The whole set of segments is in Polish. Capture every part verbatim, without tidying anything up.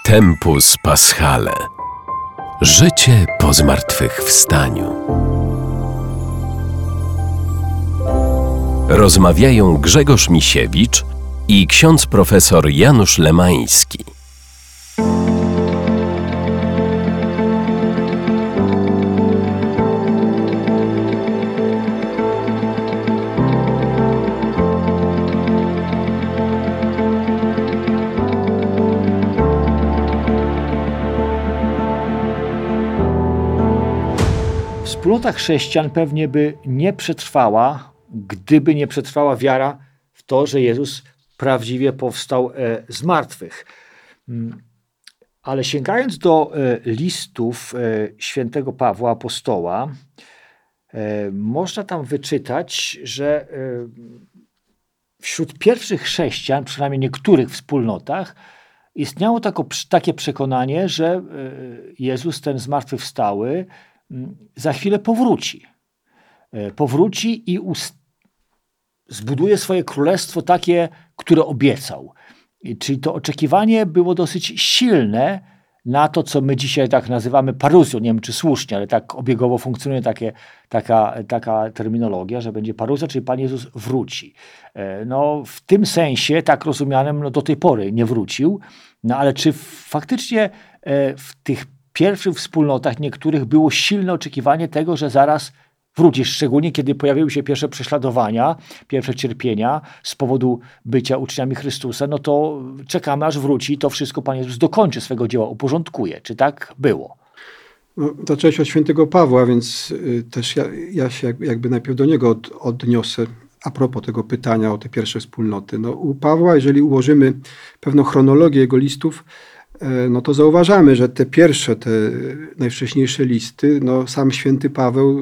Tempus Paschale. Życie po zmartwychwstaniu. Rozmawiają Grzegorz Misiewicz i ksiądz profesor Janusz Lemański. Wspólnota chrześcijan pewnie by nie przetrwała, gdyby nie przetrwała wiara w to, że Jezus prawdziwie powstał z martwych. Ale sięgając do listów świętego Pawła Apostoła, można tam wyczytać, że wśród pierwszych chrześcijan, przynajmniej niektórych wspólnotach, istniało tako, takie przekonanie, że Jezus ten zmartwychwstały za chwilę powróci. Powróci i ust- zbuduje swoje królestwo takie, które obiecał. I, czyli to oczekiwanie było dosyć silne na to, co my dzisiaj tak nazywamy paruzją. Nie wiem, czy słusznie, ale tak obiegowo funkcjonuje takie, taka, taka terminologia, że będzie paruzja, czyli Pan Jezus wróci. No, w tym sensie, tak rozumianym, no, do tej pory nie wrócił. No ale czy faktycznie w tych pierwszych wspólnotach niektórych było silne oczekiwanie tego, że zaraz wróci, szczególnie kiedy pojawiły się pierwsze prześladowania, pierwsze cierpienia z powodu bycia uczniami Chrystusa, no to czekamy, aż wróci i to wszystko Pan Jezus dokończy swego dzieła, uporządkuje. Czy tak było? No, zacząłeś od świętego Pawła, więc y, też ja, ja się jakby najpierw do niego od, odniosę a propos tego pytania o te pierwsze wspólnoty. No, u Pawła, jeżeli ułożymy pewną chronologię jego listów, no to zauważamy, że te pierwsze, te najwcześniejsze listy, no sam święty Paweł,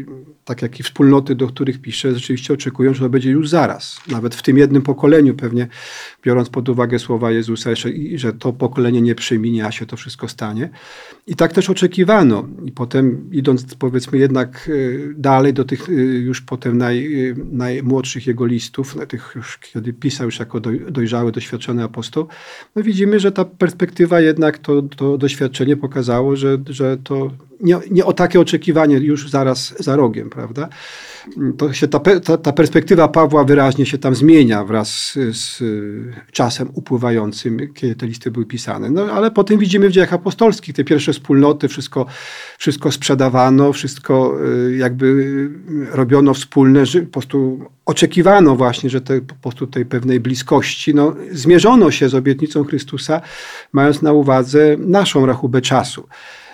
tak jak i wspólnoty, do których pisze, rzeczywiście oczekują, że to będzie już zaraz. Nawet w tym jednym pokoleniu pewnie, biorąc pod uwagę słowa Jezusa, że to pokolenie nie przeminie, a się to wszystko stanie. I tak też oczekiwano. I potem idąc powiedzmy jednak dalej do tych już potem naj, najmłodszych jego listów, tych już kiedy pisał już jako dojrzały, doświadczony apostoł, no widzimy, że ta perspektywa jednak to, to doświadczenie pokazało, że, że to nie, nie o takie oczekiwanie już zaraz za rogiem, prawda? To się ta, ta, ta perspektywa Pawła wyraźnie się tam zmienia wraz z, z czasem upływającym, kiedy te listy były pisane. No ale potem widzimy w dziejach apostolskich te pierwsze wspólnoty, wszystko, wszystko sprzedawano, wszystko jakby robiono wspólne, że po prostu oczekiwano właśnie, że te, po prostu tej pewnej bliskości, no, zmierzono się z obietnicą Chrystusa, mając na uwadze naszą rachubę czasu.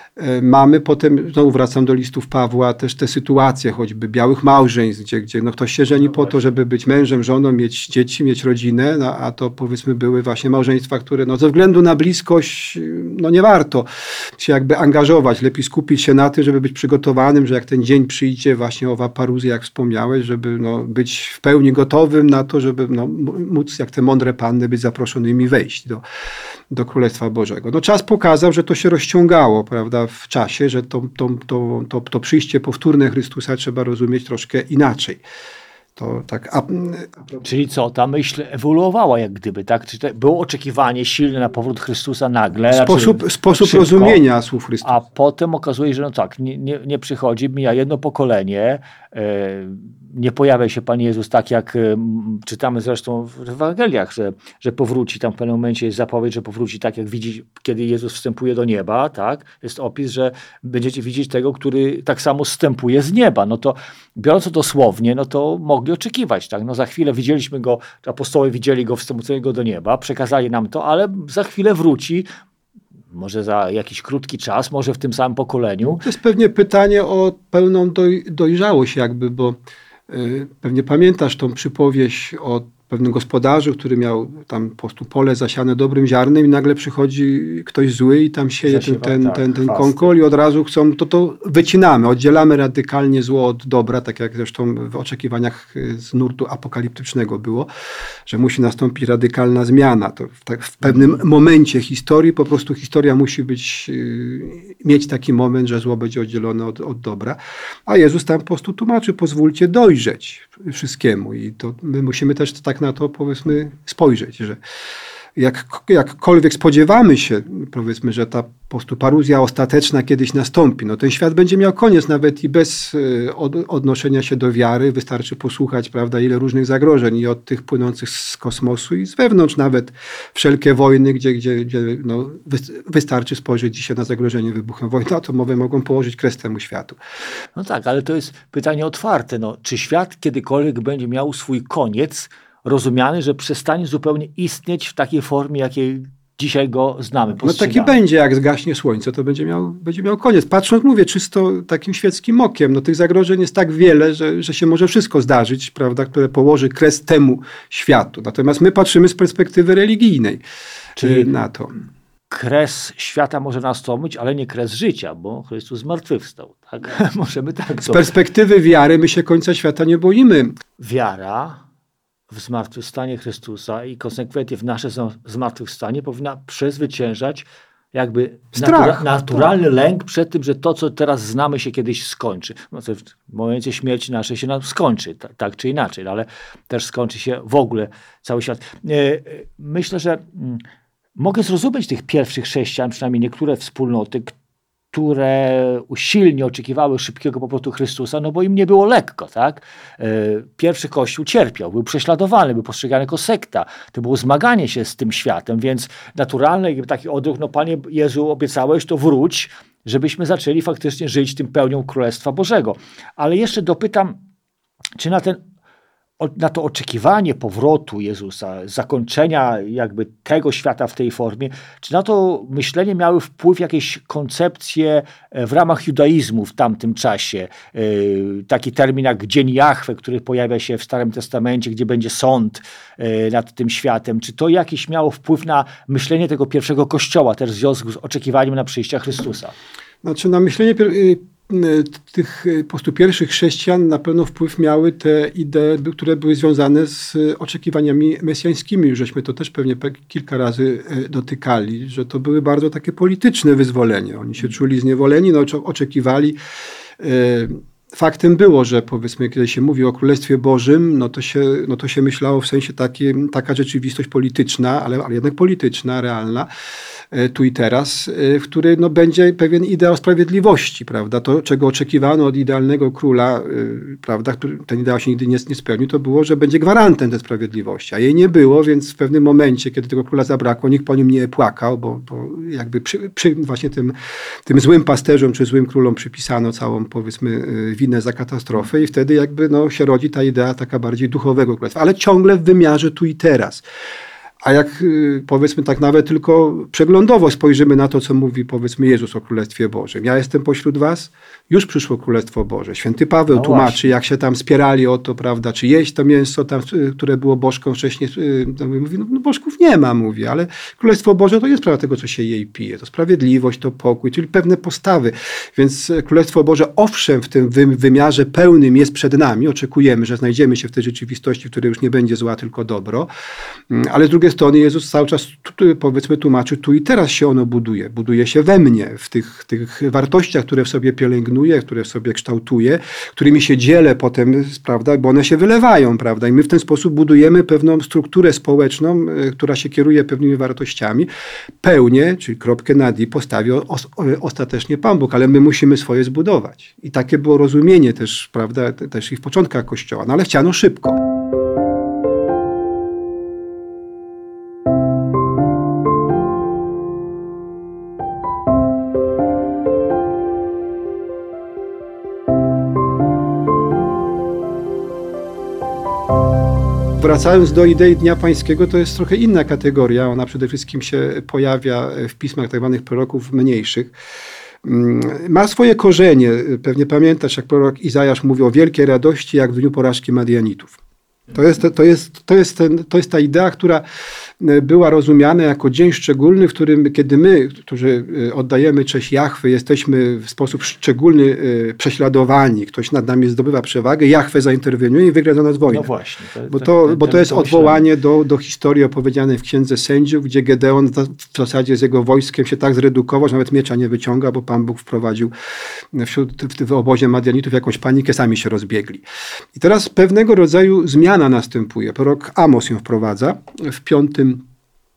Mamy potem, znowu wracam do listów Pawła, też te sytuacje choćby białych małżeństw, gdzie, gdzie no ktoś się żeni no po to, żeby być mężem, żoną, mieć dzieci, mieć rodzinę, no, a to powiedzmy były właśnie małżeństwa, które no, ze względu na bliskość no, nie warto się jakby angażować. Lepiej skupić się na tym, żeby być przygotowanym, że jak ten dzień przyjdzie, właśnie owa paruzja, jak wspomniałeś, żeby no, być w pełni gotowym na to, żeby no, móc jak te mądre panny być zaproszonymi wejść do, do Królestwa Bożego. No, czas pokazał, że to się rozciągało, prawda, w czasie, że to, to, to, to, to przyjście powtórne Chrystusa trzeba rozumieć troszkę inaczej. To tak, a, a... Czyli co, ta myśl ewoluowała jak gdyby, tak? Czy to było oczekiwanie silne na powrót Chrystusa nagle? Sposób, znaczy, sposób szybko, rozumienia słów Chrystusa. A potem okazuje się, że no tak, nie, nie, nie przychodzi, mija jedno pokolenie, yy, nie pojawia się Pan Jezus tak jak y, czytamy zresztą w Ewangeliach, że, że powróci, tam w pewnym momencie jest zapowiedź, że powróci tak jak widzi, kiedy Jezus wstępuje do nieba, tak? Jest opis, że będziecie widzieć tego, który tak samo zstępuje z nieba. No to biorąc to dosłownie, no to mogli oczekiwać, tak? No za chwilę widzieliśmy go, apostołowie widzieli go wstępującego do nieba, przekazali nam to, ale za chwilę wróci, może za jakiś krótki czas, może w tym samym pokoleniu. To jest pewnie pytanie o pełną doj, dojrzałość jakby, bo pewnie pamiętasz tą przypowieść o pewnym gospodarzu, który miał tam po prostu pole zasiane dobrym ziarnem i nagle przychodzi ktoś zły i tam sieje Zasiewa, ten, ten, tak, ten, ten konkol i od razu chcą, to to wycinamy, oddzielamy radykalnie zło od dobra, tak jak zresztą w oczekiwaniach z nurtu apokaliptycznego było, że musi nastąpić radykalna zmiana. To w, tak, w pewnym momencie historii po prostu historia musi być, mieć taki moment, że zło będzie oddzielone od, od dobra, a Jezus tam po prostu tłumaczy, pozwólcie dojrzeć wszystkiemu i to my musimy też tak na to powiedzmy spojrzeć, że jak, jakkolwiek spodziewamy się, powiedzmy, że ta po prostu paruzja ostateczna kiedyś nastąpi, no ten świat będzie miał koniec nawet i bez od, odnoszenia się do wiary. Wystarczy posłuchać, prawda, ile różnych zagrożeń i od tych płynących z kosmosu i z wewnątrz nawet wszelkie wojny, gdzie, gdzie, gdzie no, wystarczy spojrzeć dzisiaj na zagrożenie wybuchem wojny atomowej, mogą położyć kres temu światu. No tak, ale to jest pytanie otwarte. No, czy świat kiedykolwiek będzie miał swój koniec, rozumiany, że przestanie zupełnie istnieć w takiej formie, jakiej dzisiaj go znamy, postrzegamy? No taki będzie, jak zgaśnie słońce, to będzie miał, będzie miał koniec. Patrząc, mówię, czysto takim świeckim okiem, no tych zagrożeń jest tak wiele, że, że się może wszystko zdarzyć, prawda, które położy kres temu światu. Natomiast my patrzymy z perspektywy religijnej Czyli na to. Kres świata może nastąpić, ale nie kres życia, bo Chrystus zmartwychwstał. Tak? Możemy tak. Z perspektywy wiary my się końca świata nie boimy. Wiara w zmartwychwstanie Chrystusa i konsekwentnie w nasze zmartwychwstanie powinna przezwyciężać jakby Strach, natura, naturalny tak. lęk przed tym, że to, co teraz znamy, się kiedyś skończy. No to w momencie śmierci naszej się nam skończy, tak, tak czy inaczej, ale też skończy się w ogóle cały świat. Myślę, że mogę zrozumieć tych pierwszych chrześcijan, przynajmniej niektóre wspólnoty, które usilnie oczekiwały szybkiego powrotu Chrystusa, no bo im nie było lekko, tak? Pierwszy Kościół cierpiał, był prześladowany, był postrzegany jako sekta. To było zmaganie się z tym światem, więc naturalny jakby taki odruch, no Panie Jezu, obiecałeś, to wróć, żebyśmy zaczęli faktycznie żyć tym pełnią Królestwa Bożego. Ale jeszcze dopytam, czy na ten na to oczekiwanie powrotu Jezusa, zakończenia jakby tego świata w tej formie, czy na to myślenie miały wpływ jakieś koncepcje w ramach judaizmu w tamtym czasie? Taki termin jak Dzień Jahwe, który pojawia się w Starym Testamencie, gdzie będzie sąd nad tym światem. Czy to jakiś miało wpływ na myślenie tego pierwszego Kościoła, też w związku z oczekiwaniem na przyjścia Chrystusa? Znaczy na myślenie tych po prostu pierwszych chrześcijan na pewno wpływ miały te idee, które były związane z oczekiwaniami mesjańskimi. Już żeśmy to też pewnie kilka razy dotykali, że to były bardzo takie polityczne wyzwolenie. Oni się czuli zniewoleni, no, oczekiwali. Faktem było, że powiedzmy, kiedy się mówi o Królestwie Bożym, no to się, no to się myślało w sensie taki, taka rzeczywistość polityczna, ale, ale jednak polityczna, realna, tu i teraz, w której no, będzie pewien ideał sprawiedliwości, prawda? To, czego oczekiwano od idealnego króla, prawda, który ten ideał się nigdy nie, nie spełnił, to było, że będzie gwarantem tej sprawiedliwości, a jej nie było, więc w pewnym momencie, kiedy tego króla zabrakło, nikt po nim nie płakał, bo, bo jakby przy, przy właśnie tym, tym złym pasterzom czy złym królom przypisano całą, powiedzmy, winę za katastrofę i wtedy jakby no, się rodzi ta idea taka bardziej duchowego królestwa, ale ciągle w wymiarze tu i teraz. A jak powiedzmy tak nawet tylko przeglądowo spojrzymy na to, co mówi powiedzmy Jezus o Królestwie Bożym. Ja jestem pośród was, już przyszło Królestwo Boże. Święty Paweł no tłumaczy, właśnie. Jak się tam spierali o to, prawda, czy jeść to mięso, tam, które było bożką wcześniej. Mówi, no, no bożków nie ma, mówi, ale Królestwo Boże to jest sprawa tego, co się je i pije. To sprawiedliwość, to pokój, czyli pewne postawy. Więc Królestwo Boże owszem w tym wymiarze pełnym jest przed nami. Oczekujemy, że znajdziemy się w tej rzeczywistości, w której już nie będzie zła, tylko dobro. Ale z drugiej strony Jezus cały czas powiedzmy tłumaczy, tu i teraz się ono buduje. Buduje się we mnie, w tych, tych wartościach, które w sobie pielęgnuję, które w sobie kształtuję, którymi się dzielę potem, prawda, bo one się wylewają, prawda, i my w ten sposób budujemy pewną strukturę społeczną, która się kieruje pewnymi wartościami. Pełnię, czyli kropkę nad i postawi os, ostatecznie Pan Bóg, ale my musimy swoje zbudować. I takie było rozumienie też, prawda, też i w początkach Kościoła, no ale chciano szybko. Wracając do idei Dnia Pańskiego, to jest trochę inna kategoria. Ona przede wszystkim się pojawia w pismach tak zwanych proroków mniejszych. Ma swoje korzenie. Pewnie pamiętasz, jak prorok Izajasz mówi o wielkiej radości, jak w dniu porażki Madianitów. To jest, to jest, to jest, ten, to jest ta idea, która była rozumiana jako dzień szczególny, w którym, kiedy my, którzy oddajemy cześć Jahwe, jesteśmy w sposób szczególny prześladowani, ktoś nad nami zdobywa przewagę, Jahwe zainterweniuje i wygra za nas wojnę. No właśnie. To, bo to, ten, bo to jest odwołanie do, do historii opowiedzianej w Księdze Sędziów, gdzie Gedeon w zasadzie z jego wojskiem się tak zredukował, że nawet miecza nie wyciąga, bo Pan Bóg wprowadził wśród, w, w obozie Madianitów jakąś panikę, sami się rozbiegli. I teraz pewnego rodzaju zmiana następuje. Prorok Amos ją wprowadza w piątym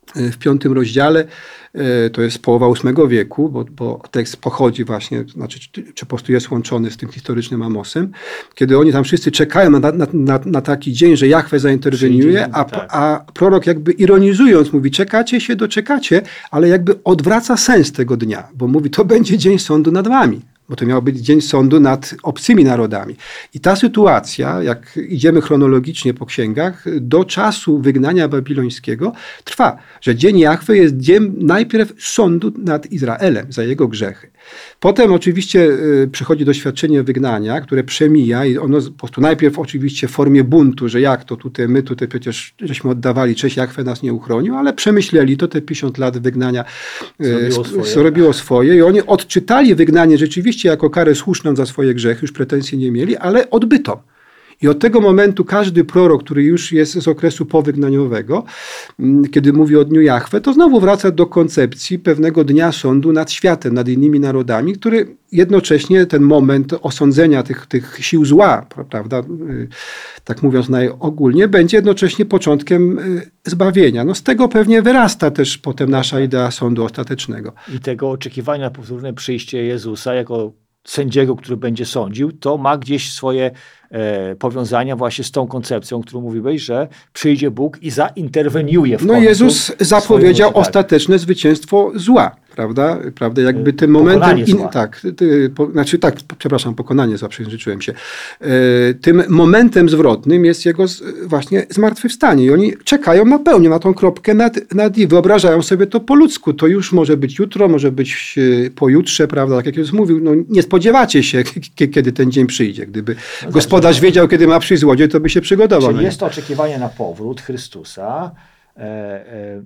w piątym rozdziale, to jest połowa ósmego wieku, bo, bo tekst pochodzi właśnie, znaczy, czy, czy po prostu jest łączony z tym historycznym Amosem, kiedy oni tam wszyscy czekają na, na, na, na taki dzień, że Jahwe zainterweniuje, a, tak. a prorok jakby ironizując mówi, czekacie się, doczekacie, ale jakby odwraca sens tego dnia, bo mówi, to będzie dzień sądu nad wami. Bo to miał być dzień sądu nad obcymi narodami. I ta sytuacja, jak idziemy chronologicznie po księgach, do czasu wygnania babilońskiego trwa. Że dzień Jahwe jest dzień najpierw sądu nad Izraelem za jego grzechy. Potem oczywiście y, przychodzi doświadczenie wygnania, które przemija i ono po prostu najpierw oczywiście w formie buntu, że jak to tutaj, my tutaj przecież żeśmy oddawali cześć, Jahwe nas nie uchronił, ale przemyśleli to, te pięćdziesiąt lat wygnania y, zrobiło swoje. zrobiło swoje i oni odczytali wygnanie rzeczywiście jako karę słuszną za swoje grzechy, już pretensji nie mieli, ale odbytą. I od tego momentu każdy prorok, który już jest z okresu powygnaniowego, kiedy mówi o dniu Jahwe, to znowu wraca do koncepcji pewnego dnia sądu nad światem, nad innymi narodami, który jednocześnie ten moment osądzenia tych, tych sił zła, prawda, tak mówiąc najogólnie, będzie jednocześnie początkiem zbawienia. No z tego pewnie wyrasta też potem nasza idea sądu ostatecznego. I tego oczekiwania na powtórne przyjście Jezusa jako sędziego, który będzie sądził, to ma gdzieś swoje e, powiązania właśnie z tą koncepcją, którą mówiłeś, że przyjdzie Bóg i zainterweniuje w No końcu. Jezus zapowiedział ostateczne zwycięstwo zła, prawda? Prawda? Jakby tym momentem... In, tak, ty, po, znaczy tak, przepraszam, pokonanie zła, przejęzyczyłem się. E, tym momentem zwrotnym jest jego z, właśnie zmartwychwstanie i oni czekają na pełnię, na tą kropkę nad, nad i wyobrażają sobie to po ludzku. To już może być jutro, może być pojutrze, prawda? Tak jak Jezus mówił, no nie spodziewacie się, kiedy ten dzień przyjdzie. Gdyby no gospodarz tak, wiedział, kiedy ma przyjść złodziej, to by się przygotował. Czyli jest to oczekiwanie na powrót Chrystusa, e, e,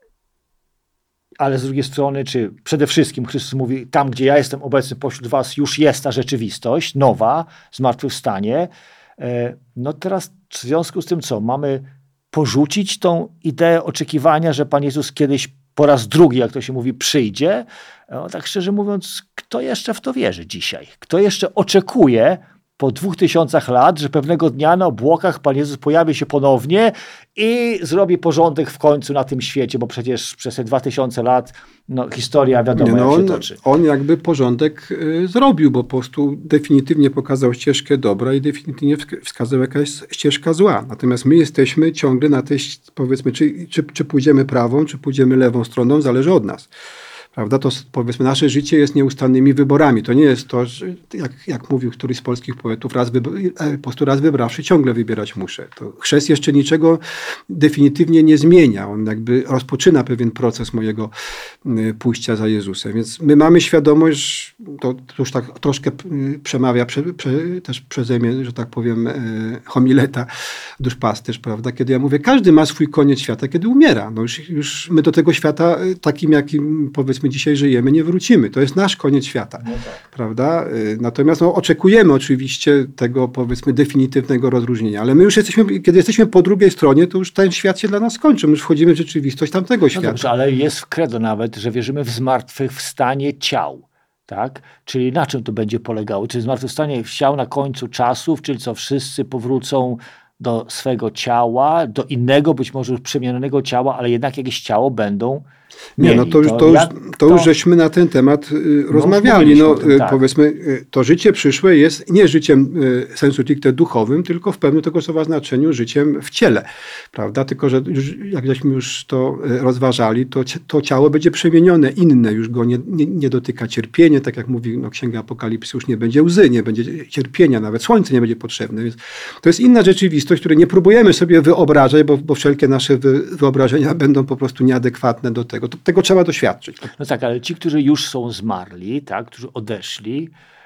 ale z drugiej strony, czy przede wszystkim Chrystus mówi, tam gdzie ja jestem obecny pośród was, już jest ta rzeczywistość nowa, zmartwychwstanie. E, no teraz w związku z tym co? Mamy porzucić tą ideę oczekiwania, że Pan Jezus kiedyś po raz drugi, jak to się mówi, przyjdzie. No, tak szczerze mówiąc, kto jeszcze w to wierzy dzisiaj? Kto jeszcze oczekuje po dwóch tysiącach lat, że pewnego dnia na obłokach Pan Jezus pojawi się ponownie i zrobi porządek w końcu na tym świecie, bo przecież przez te dwa tysiące lat no, historia wiadomo, no, jak on, się toczy. On jakby porządek y, zrobił, bo po prostu definitywnie pokazał ścieżkę dobra i definitywnie wskazał jakaś ścieżka zła. Natomiast my jesteśmy ciągle na tej, powiedzmy, czy, czy, czy pójdziemy prawą, czy pójdziemy lewą stroną, zależy od nas. Prawda? To powiedzmy, nasze życie jest nieustannymi wyborami. To nie jest to, że, jak, jak mówił któryś z polskich poetów, raz wyb- po prostu raz wybrawszy, ciągle wybierać muszę. To chrzest jeszcze niczego definitywnie nie zmienia. On jakby rozpoczyna pewien proces mojego y, pójścia za Jezusem. Więc my mamy świadomość, to, to już tak troszkę y, przemawia prze, prze, też przeze mnie, że tak powiem, y, homileta duszpasterz, prawda? Kiedy ja mówię, każdy ma swój koniec świata, kiedy umiera. No już, już my do tego świata y, takim, jakim powiedzmy my dzisiaj żyjemy, nie wrócimy. To jest nasz koniec świata, no tak. Prawda? Natomiast no, oczekujemy oczywiście tego, powiedzmy, definitywnego rozróżnienia, ale my już jesteśmy, kiedy jesteśmy po drugiej stronie, to już ten świat się dla nas kończy. My już wchodzimy w rzeczywistość tamtego no świata. Dobrze, ale jest w credo nawet, że wierzymy w zmartwychwstanie ciał. Tak? Czyli na czym to będzie polegało? Czy zmartwychwstanie ciał na końcu czasów, czyli co, wszyscy powrócą do swego ciała, do innego, być może już przemienionego ciała, ale jednak jakieś ciało będą Nie, mieli. no to już, to, już, to już żeśmy na ten temat y, no, rozmawiali. No, tym, tak. Powiedzmy, y, to życie przyszłe jest nie życiem y, sensu stricte duchowym, tylko w pewnym tego słowa znaczeniu życiem w ciele. Prawda? Tylko, że już, jak żeśmy już to y, rozważali, to, to ciało będzie przemienione, inne, już go nie, nie, nie dotyka cierpienie, tak jak mówi no, Księga Apokalipsy, już nie będzie łzy, nie będzie cierpienia, nawet słońce nie będzie potrzebne. Więc to jest inna rzeczywistość, której nie próbujemy sobie wyobrażać, bo, bo wszelkie nasze wy, wyobrażenia będą po prostu nieadekwatne do tego. Tego trzeba doświadczyć. No tak, ale ci, którzy już są zmarli, tak, którzy odeszli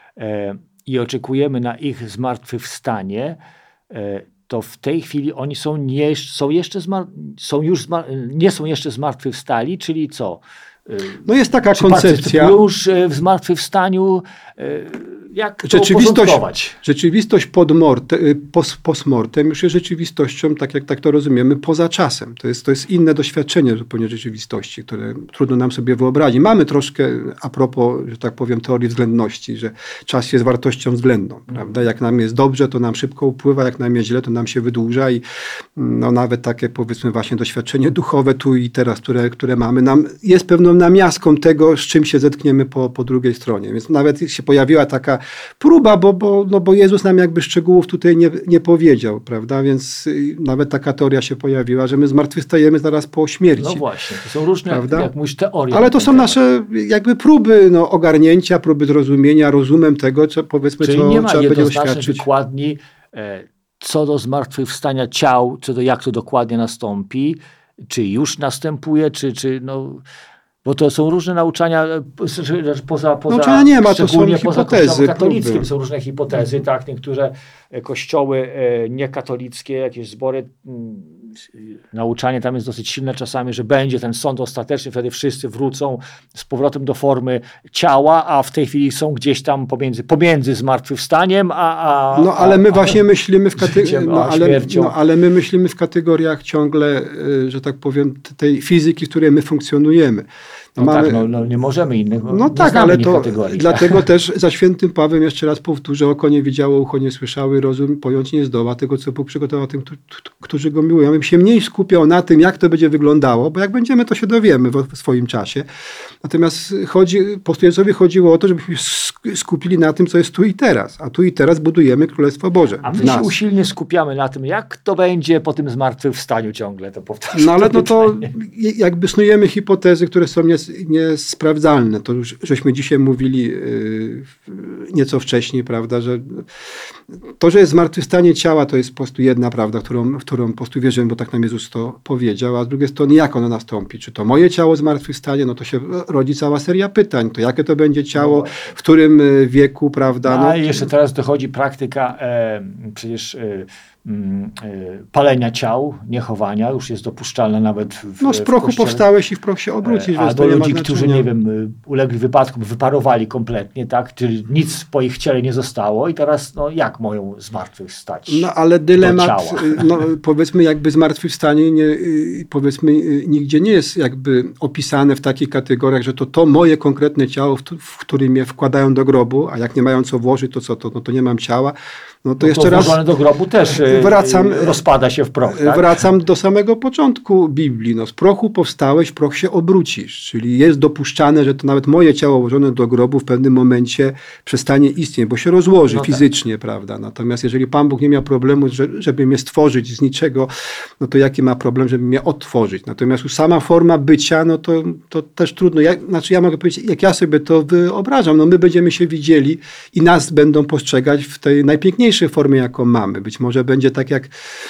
e, i oczekujemy na ich zmartwychwstanie, e, to w tej chwili oni są, nie, są, jeszcze zmar, są już zmar, nie są jeszcze zmartwychwstali, czyli co? E, no jest taka czy koncepcja. już w zmartwychwstaniu e, jak to rzeczywistość, uporządkować? rzeczywistość pod morte, post, postmortem już jest rzeczywistością, tak jak tak to rozumiemy, poza czasem. To jest, to jest inne doświadczenie zupełnie rzeczywistości, które trudno nam sobie wyobrazić. Mamy troszkę, a propos, że tak powiem, teorii względności, że czas jest wartością względną. Mm. Prawda? Jak nam jest dobrze, to nam szybko upływa, jak nam jest źle, to nam się wydłuża i no, nawet takie, powiedzmy, właśnie doświadczenie duchowe tu i teraz, które, które mamy, nam jest pewną namiastką tego, z czym się zetkniemy po, po drugiej stronie. Więc nawet się pojawiła taka próba, bo, bo, no bo Jezus nam jakby szczegółów tutaj nie, nie powiedział, prawda? Więc nawet taka teoria się pojawiła, że my zmartwychwstajemy zaraz po śmierci. No właśnie, to są różne, prawda? jak mówisz, teorie. Ale to są nasze jakby próby no, ogarnięcia, próby zrozumienia, rozumem tego, co powiedzmy, Czyli co nie ma trzeba będzie jednoznacznej doświadczyć. wykładni e, co do zmartwychwstania ciał, co do jak to dokładnie nastąpi, czy już następuje, czy, czy no... Bo to są różne nauczania poza, poza nauczania nie ma, to są szczególnie poza hipotezy, kościołem katolickim. próby. Są różne hipotezy, tak? Niektóre kościoły niekatolickie, jakieś zbory, nauczanie tam jest dosyć silne czasami, że będzie ten sąd ostateczny, wtedy wszyscy wrócą z powrotem do formy ciała, a w tej chwili są gdzieś tam pomiędzy, pomiędzy zmartwychwstaniem, a, a No ale my a, właśnie myślimy w kategoriach, no, ale, śmiercią. no, ale my myślimy w kategoriach ciągle, że tak powiem, tej fizyki, w której my funkcjonujemy. No, mamy, tak, no, no nie możemy innych, no nie tak, znamy ale to kategorii. dlatego też za świętym Pawłem jeszcze raz powtórzę, oko nie widziało, ucho nie słyszały, rozum pojąć nie zdoła tego, co Bóg przygotował tym, którzy go miłują. Ja bym się mniej skupiał na tym, jak to będzie wyglądało, bo jak będziemy, to się dowiemy w swoim czasie. Natomiast chodzi, po prostu Jezusowi chodziło o to, żebyśmy skupili na tym, co jest tu i teraz. A tu i teraz budujemy Królestwo Boże. A my w się nas. usilnie skupiamy na tym, jak to będzie po tym zmartwychwstaniu ciągle, to powtarzam. No ale to no to pytanie. jakby snujemy hipotezy, które są niesprawdzalne. To już żeśmy dzisiaj mówili yy, nieco wcześniej, prawda, że to, że jest zmartwychwstanie ciała, to jest po prostu jedna prawda, którą, w którą po prostu wierzymy, bo tak nam Jezus to powiedział, a z drugiej strony jak ono nastąpi? Czy to moje ciało zmartwychwstanie? No to się rodzi cała seria pytań. To jakie to będzie ciało, w którym wieku, prawda? No, No, a jeszcze teraz dochodzi praktyka e, przecież e, m, e, palenia ciał, niechowania, już jest dopuszczalna nawet w no z prochu w kościele. powstałeś i w proch się obrócisz, więc Albo to nie ma ludzi, którzy, znaczenia. nie wiem, ulegli wypadkom, wyparowali kompletnie, tak? Czyli nic po ich ciele nie zostało i teraz, no jak mają zmartwychwstać? No ale dylemat, ciała. no, powiedzmy jakby zmartwychwstanie nie, powiedzmy nigdzie nie jest jakby opisane w takich kategoriach, że to to moje konkretne ciało, w, w którym mnie wkładają do grobu, a jak nie mają co włożyć, to co, to, no, to nie mam ciała. No to no jeszcze to raz włożone do grobu też e, wracam, rozpada się w proch, tak? Wracam do samego początku Biblii. No, z prochu powstałeś, w proch się obrócisz. Czyli jest dopuszczane, że to nawet moje ciało włożone do grobu w pewnym momencie przestanie istnieć, bo się rozłoży No tak. fizycznie, prawda? Natomiast jeżeli Pan Bóg nie miał problemu, że, żeby mnie stworzyć z niczego, no to jaki ma problem, żeby mnie odtworzyć? Natomiast już sama forma bycia, no to, to też trudno. Ja, znaczy ja mogę powiedzieć, jak ja sobie to wyobrażam, no my będziemy się widzieli i nas będą postrzegać w tej najpiękniejszej formie, jaką mamy. Być może będzie tak, jak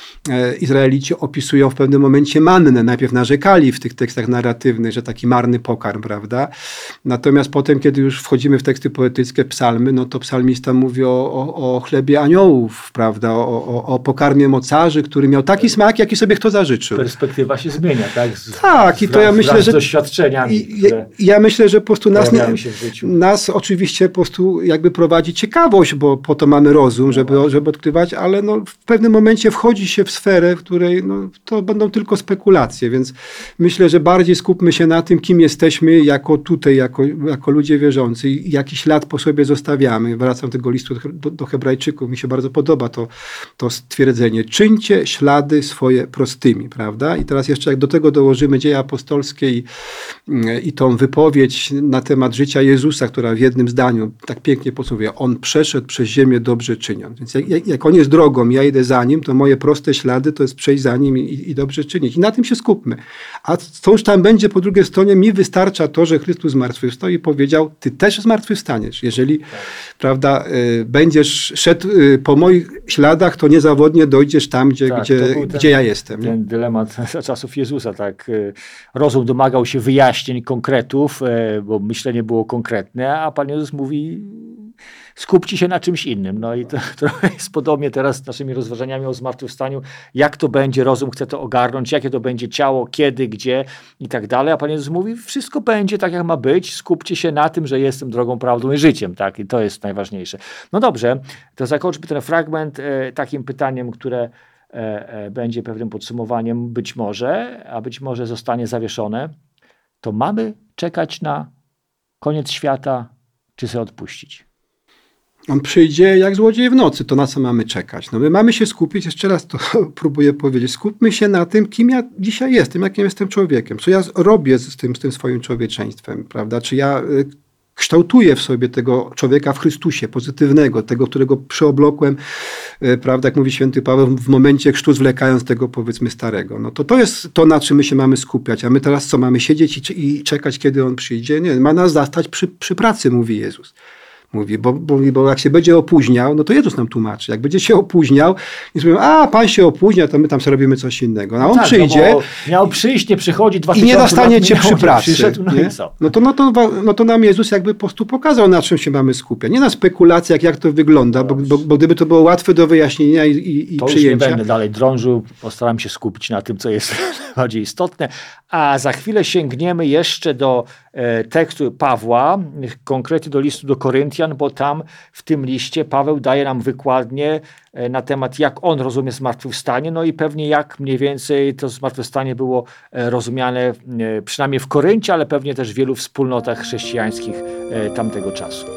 Izraelici opisują w pewnym momencie mannę. Najpierw narzekali w tych tekstach narratywnych, że taki marny pokarm, prawda? Natomiast potem, kiedy już wchodzimy w teksty poetyckie, psalmy, no to psalmista mówi o, o, o chlebie aniołów, prawda? O, o, o pokarmie mocarzy, który miał taki smak, jaki sobie kto zażyczył. Perspektywa się zmienia, tak? Z, Tak, i to ja myślę, że z doświadczeniami, I, które ja myślę, że po prostu nas, pojawiają się w życiu. nas oczywiście po prostu jakby prowadzi ciekawość, bo po to mamy rozum, żeby, żeby odkrywać, ale no w pewnym momencie wchodzi się w sferę, w której no, to będą tylko spekulacje, więc myślę, że bardziej skupmy się na tym, kim jesteśmy jako tutaj, jako, jako ludzie wierzący i jaki ślad po sobie zostawiamy. Wracam do tego listu do, do Hebrajczyków, mi się bardzo podoba to, to stwierdzenie. Czyńcie ślady swoje prostymi, prawda? I teraz jeszcze jak do tego dołożymy dzieje apostolskie i, i tą wypowiedź na temat życia Jezusa, która w jednym zdaniu tak pięknie podsumowuje, on przeszedł przez ziemię dobrze czyniąc. Więc jak, jak on jest drogą, ja idę za nim, to moje proste ślady to jest przejść za nim i, i dobrze czynić. I na tym się skupmy. A co już tam będzie po drugiej stronie, mi wystarcza to, że Chrystus zmartwychwstał i powiedział, ty też zmartwychwstaniesz. Jeżeli tak. prawda, y, będziesz szedł y, po moich śladach, to niezawodnie dojdziesz tam, gdzie, tak, gdzie, ten, gdzie ja jestem. Ten nie? dylemat za czasów Jezusa, tak. Rozum domagał się wyjaśnień, konkretów, bo myślenie było konkretne, a Pan Jezus mówi, skupcie się na czymś innym. No i to trochę jest podobnie teraz z naszymi rozważaniami o zmartwychwstaniu, jak to będzie, rozum chce to ogarnąć, jakie to będzie ciało, kiedy, gdzie i tak dalej. A Pan Jezus mówi, wszystko będzie tak, jak ma być, skupcie się na tym, że jestem drogą, prawdą i życiem. Tak? I to jest najważniejsze. No dobrze, to zakończmy ten fragment e, takim pytaniem, które e, e, będzie pewnym podsumowaniem być może, a być może zostanie zawieszone. To mamy czekać na koniec świata, czy sobie odpuścić? On przyjdzie jak złodziej w nocy, to na co mamy czekać? No my mamy się skupić, jeszcze raz to próbuję powiedzieć, skupmy się na tym, kim ja dzisiaj jestem, jakim jestem człowiekiem, co ja robię z tym, z tym swoim człowieczeństwem, prawda? Czy ja kształtuję w sobie tego człowieka w Chrystusie, pozytywnego, tego, którego przeoblokłem, prawda, jak mówi święty Paweł, w momencie chrztu zwlekając tego, powiedzmy, starego. No to to jest to, na czym my się mamy skupiać, a my teraz co, mamy siedzieć i, i czekać, kiedy on przyjdzie? Nie, ma nas zastać przy, przy pracy, mówi Jezus. Mówi, bo, bo, bo jak się będzie opóźniał, no to Jezus nam tłumaczy. Jak będzie się opóźniał i mówią, a Pan się opóźnia, to my tam sobie robimy coś innego. A on tak, przyjdzie. No miał przyjść, nie przychodzi, dwa i nie zastanie cię przy pracy. Przyszedł, no, nie? I co? No, to, no, to, no to nam Jezus jakby po prostu pokazał, na czym się mamy skupiać. Nie na spekulacjach, jak to wygląda, bo, bo, bo gdyby to było łatwe do wyjaśnienia i, i, i to przyjęcia. już nie będę dalej drążył, postaram się skupić na tym, co jest bardziej istotne. A za chwilę sięgniemy jeszcze do e, tekstu Pawła, konkretnie do listu do Koryntian, bo tam w tym liście Paweł daje nam wykładnię e, na temat, jak on rozumie zmartwychwstanie, no i pewnie jak mniej więcej to zmartwychwstanie było e, rozumiane e, przynajmniej w Koryncie, ale pewnie też w wielu wspólnotach chrześcijańskich e, tamtego czasu.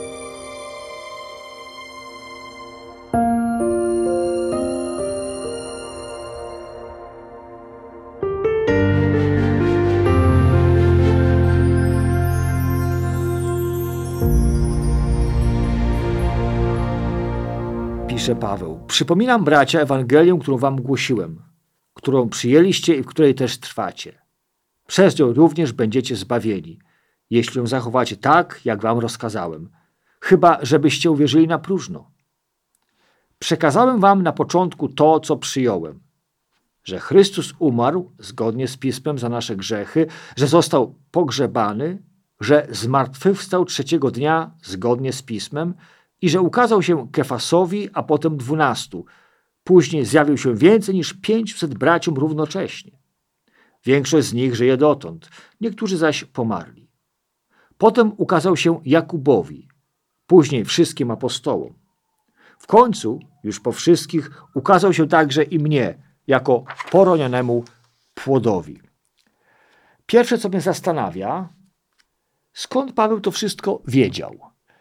Pisze Paweł. Przypominam, bracia, Ewangelię, którą wam głosiłem, którą przyjęliście i w której też trwacie. Przez nią również będziecie zbawieni, jeśli ją zachowacie tak, jak wam rozkazałem, chyba żebyście uwierzyli na próżno. Przekazałem wam na początku to, co przyjąłem, że Chrystus umarł zgodnie z Pismem za nasze grzechy, że został pogrzebany, że zmartwychwstał trzeciego dnia zgodnie z Pismem i że ukazał się Kefasowi, a potem dwunastu. Później zjawił się więcej niż pięćset braciom równocześnie. Większość z nich żyje dotąd, niektórzy zaś pomarli. Potem ukazał się Jakubowi, później wszystkim apostołom. W końcu, już po wszystkich, ukazał się także i mnie, jako poronionemu płodowi. Pierwsze, co mnie zastanawia, skąd Paweł to wszystko wiedział?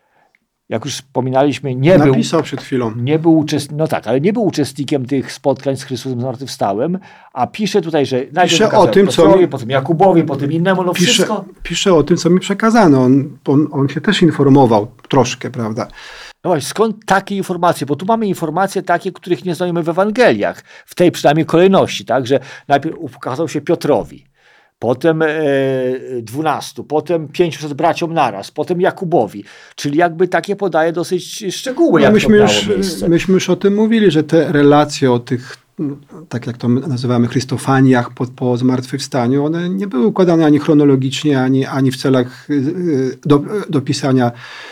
Jak już wspominaliśmy, nie był, Napisał przed chwilą. nie był uczestnikiem, no tak, ale nie był uczestnikiem tych spotkań z Chrystusem zmartwychwstałym, a pisze tutaj, że Pisze o tym, co mi, potem Jakubowi, potem innemu, no pisze, wszystko. Pisze o tym, co mi przekazano. On, on, on się też informował troszkę, prawda? No właśnie, skąd takie informacje? Bo tu mamy informacje takie, których nie znajdziemy w Ewangeliach, w tej przynajmniej kolejności, tak, że najpierw ukazał się Piotrowi, potem e, dwunastu, potem pięciuset braciom naraz, potem Jakubowi. Czyli jakby takie podaje dosyć szczegóły, jak no myśmy to miało już, miejsce. Myśmy już o tym mówili, że te relacje o tych, tak jak to nazywamy, chrystofaniach po, po zmartwychwstaniu, one nie były układane ani chronologicznie, ani, ani w celach do, dopisania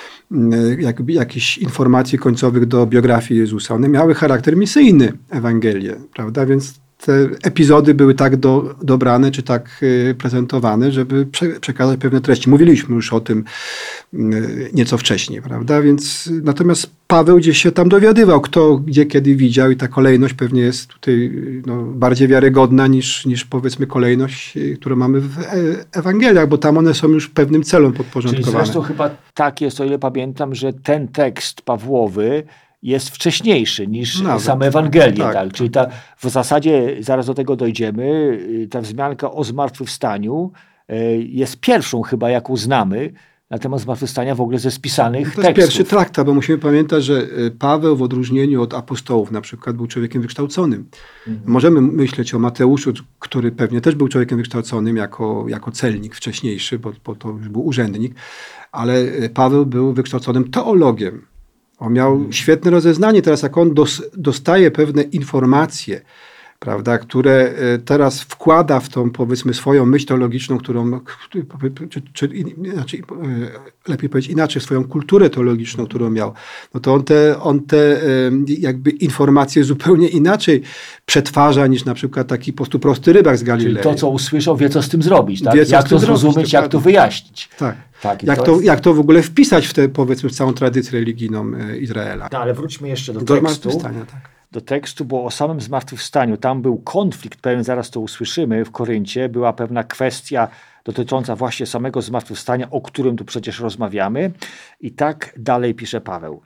jakby jakichś informacji końcowych do biografii Jezusa. One miały charakter misyjny, Ewangelie, prawda? Więc te epizody były tak do, dobrane, czy tak y, prezentowane, żeby prze, przekazać pewne treści. Mówiliśmy już o tym y, nieco wcześniej, prawda? Więc natomiast Paweł gdzieś się tam dowiadywał, kto gdzie kiedy widział i ta kolejność pewnie jest tutaj no, bardziej wiarygodna niż, niż powiedzmy kolejność, y, którą mamy w e, Ewangeliach, bo tam one są już pewnym celom podporządkowane. Czyli zresztą chyba tak jest, o ile pamiętam, że ten tekst Pawłowy jest wcześniejszy niż Nawet. same Ewangelie. Tak. Tak? Czyli ta, w zasadzie, zaraz do tego dojdziemy, ta wzmianka o zmartwychwstaniu jest pierwszą chyba, jaką znamy na temat zmartwychwstania w ogóle ze spisanych tekstów. To jest tekstów. pierwszy traktat, bo musimy pamiętać, że Paweł w odróżnieniu od apostołów na przykład był człowiekiem wykształconym. Mhm. Możemy myśleć o Mateuszu, który pewnie też był człowiekiem wykształconym jako, jako celnik wcześniejszy, bo, bo to już był urzędnik, ale Paweł był wykształconym teologiem. On miał świetne rozeznanie. Teraz jak on dos, dostaje pewne informacje, prawda, które teraz wkłada w tą, powiedzmy, swoją myśl teologiczną, którą, czy, czy inaczej, lepiej powiedzieć inaczej, swoją kulturę teologiczną, którą miał, no to on te, on te jakby informacje zupełnie inaczej przetwarza niż na przykład taki po prostu prosty rybak z Galilei. Czyli to, co usłyszał, wie, co z tym zrobić, tak? Wie, Jak to zrozumieć, jak to wyjaśnić. Tak. tak jak, to, to jest... jak to w ogóle wpisać w tę, powiedzmy, całą tradycję religijną Izraela. No, ale wróćmy jeszcze do, do tekstu. Tak. Do tekstu, bo o samym zmartwychwstaniu tam był konflikt pewien, zaraz to usłyszymy w Koryncie, była pewna kwestia dotycząca właśnie samego zmartwychwstania, o którym tu przecież rozmawiamy. I tak dalej pisze Paweł.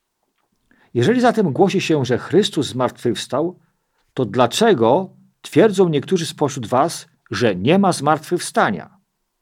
Jeżeli zatem głosi się, że Chrystus zmartwychwstał, to dlaczego twierdzą niektórzy spośród was, że nie ma zmartwychwstania?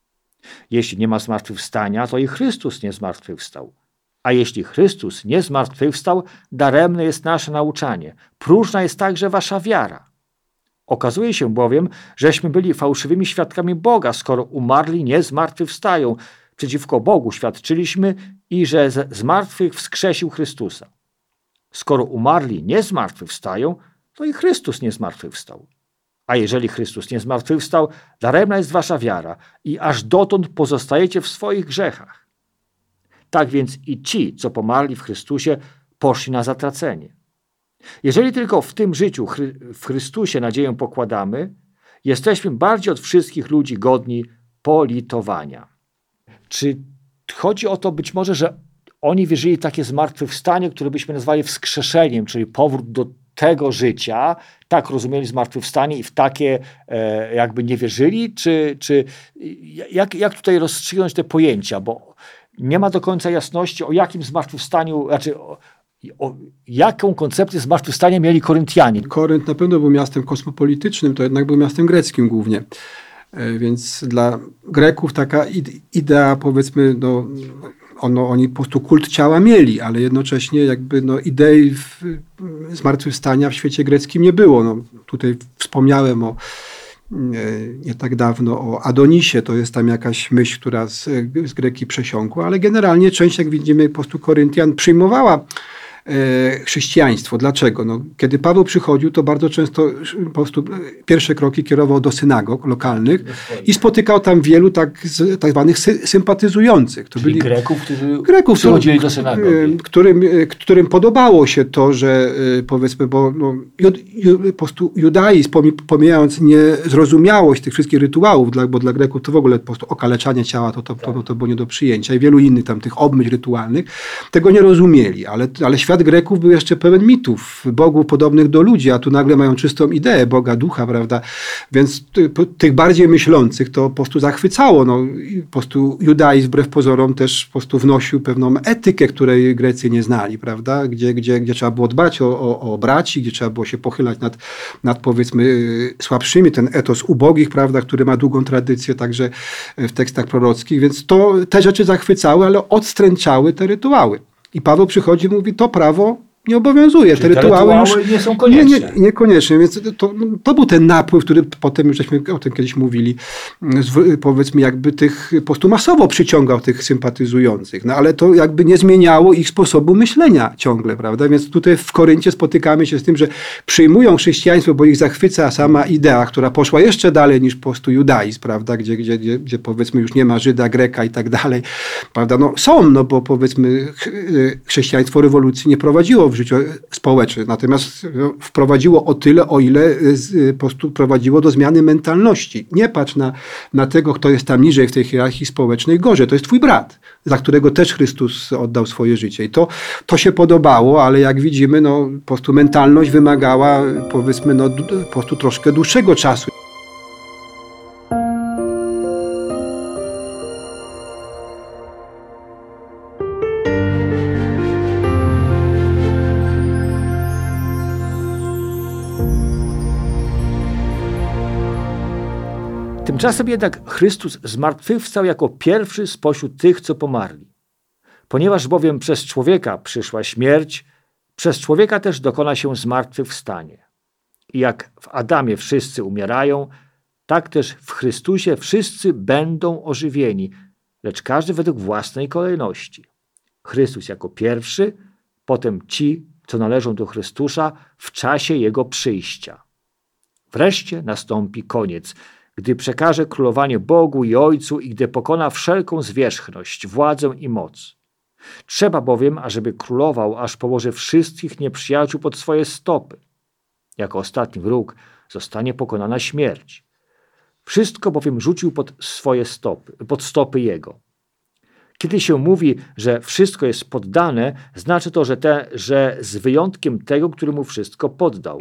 Jeśli nie ma zmartwychwstania, to i Chrystus nie zmartwychwstał. A jeśli Chrystus nie zmartwychwstał, daremne jest nasze nauczanie. Próżna jest także wasza wiara. Okazuje się bowiem, żeśmy byli fałszywymi świadkami Boga, skoro umarli nie zmartwychwstają. Przeciwko Bogu świadczyliśmy i że z martwych wskrzesił Chrystusa. Skoro umarli nie zmartwychwstają, to i Chrystus nie zmartwychwstał. A jeżeli Chrystus nie zmartwychwstał, daremna jest wasza wiara i aż dotąd pozostajecie w swoich grzechach. Tak więc i ci, co pomarli w Chrystusie, poszli na zatracenie. Jeżeli tylko w tym życiu w Chrystusie nadzieję pokładamy, jesteśmy bardziej od wszystkich ludzi godni politowania. Czy chodzi o to być może, że oni wierzyli w takie zmartwychwstanie, które byśmy nazwali wskrzeszeniem, czyli powrót do tego życia, tak rozumieli zmartwychwstanie i w takie e, jakby nie wierzyli? Czy, czy jak, jak tutaj rozstrzygnąć te pojęcia? Bo nie ma do końca jasności, o jakim zmartwychwstaniu, znaczy o, o jaką koncepcję zmartwychwstania mieli Koryntianie. Korynt na pewno był miastem kosmopolitycznym, to jednak był miastem greckim głównie. Więc dla Greków taka idea, powiedzmy, no, ono, oni po prostu kult ciała mieli, ale jednocześnie jakby no, idei w, zmartwychwstania w świecie greckim nie było. No, tutaj wspomniałem o nie, nie tak dawno o Adonisie, to jest tam jakaś myśl, która z, z Greki przesiąkła, ale generalnie część, jak widzimy, po prostu Koryntian przyjmowała e, chrześcijaństwo. Dlaczego? No, kiedy Paweł przychodził, to bardzo często po prostu pierwsze kroki kierował do synagog lokalnych i spotykał tam wielu tak, z, tak zwanych sy, sympatyzujących. To Czyli byli Greków, którzy Greków, przychodzili do synagogi. Którym, którym podobało się to, że powiedzmy, bo no, jud, jud, po prostu judaizm, pomijając niezrozumiałość tych wszystkich rytuałów, dla, bo dla Greków to w ogóle po prostu okaleczanie ciała to, to, to, to było nie do przyjęcia i wielu innych tam tych obmyć rytualnych, tego nie rozumieli, ale, ale świat Greków był jeszcze pełen mitów, bogów podobnych do ludzi, a tu nagle mają czystą ideę Boga, ducha, prawda, więc ty, tych bardziej myślących to po prostu zachwycało, no, po prostu judaizm wbrew pozorom też po prostu wnosił pewną etykę, której Grecy nie znali, prawda, gdzie, gdzie, gdzie trzeba było dbać o, o, o braci, gdzie trzeba było się pochylać nad, nad powiedzmy słabszymi, ten etos ubogich, prawda, który ma długą tradycję także w tekstach prorockich, więc to te rzeczy zachwycały, ale odstręczały te rytuały. I Paweł przychodzi i mówi, to prawo nie obowiązuje. Czyli te rytuały, te rytuały już nie są konieczne. Nie, nie, niekoniecznie, więc to, to był ten napływ, który potem już żeśmy o tym kiedyś mówili, z, powiedzmy jakby tych po prostu masowo przyciągał tych sympatyzujących, no ale to jakby nie zmieniało ich sposobu myślenia ciągle, prawda, więc tutaj w Koryncie spotykamy się z tym, że przyjmują chrześcijaństwo, bo ich zachwyca sama idea, która poszła jeszcze dalej niż po prostu judaizm, prawda, gdzie, gdzie, gdzie, gdzie powiedzmy już nie ma Żyda, Greka i tak dalej, prawda, no są, no bo powiedzmy chrześcijaństwo rewolucji nie prowadziło w życiu społecznym. Natomiast wprowadziło o tyle, o ile po prostu prowadziło do zmiany mentalności. Nie patrz na, na tego, kto jest tam niżej w tej hierarchii społecznej, gorzej. To jest twój brat, za którego też Chrystus oddał swoje życie. I to, to się podobało, ale jak widzimy, no, po prostu mentalność wymagała, powiedzmy, no, po prostu troszkę dłuższego czasu. Tymczasem jednak Chrystus zmartwychwstał jako pierwszy spośród tych, co pomarli. Ponieważ bowiem przez człowieka przyszła śmierć, przez człowieka też dokona się zmartwychwstanie. I jak w Adamie wszyscy umierają, tak też w Chrystusie wszyscy będą ożywieni, lecz każdy według własnej kolejności. Chrystus jako pierwszy, potem ci, co należą do Chrystusa w czasie Jego przyjścia. Wreszcie nastąpi koniec, gdy przekaże królowanie Bogu i Ojcu i gdy pokona wszelką zwierzchność, władzę i moc. Trzeba bowiem, ażeby królował, aż położy wszystkich nieprzyjaciół pod swoje stopy. Jako ostatni wróg zostanie pokonana śmierć. Wszystko bowiem rzucił pod swoje stopy, pod stopy Jego. Kiedy się mówi, że wszystko jest poddane, znaczy to, że, te, że z wyjątkiem tego, który mu wszystko poddał.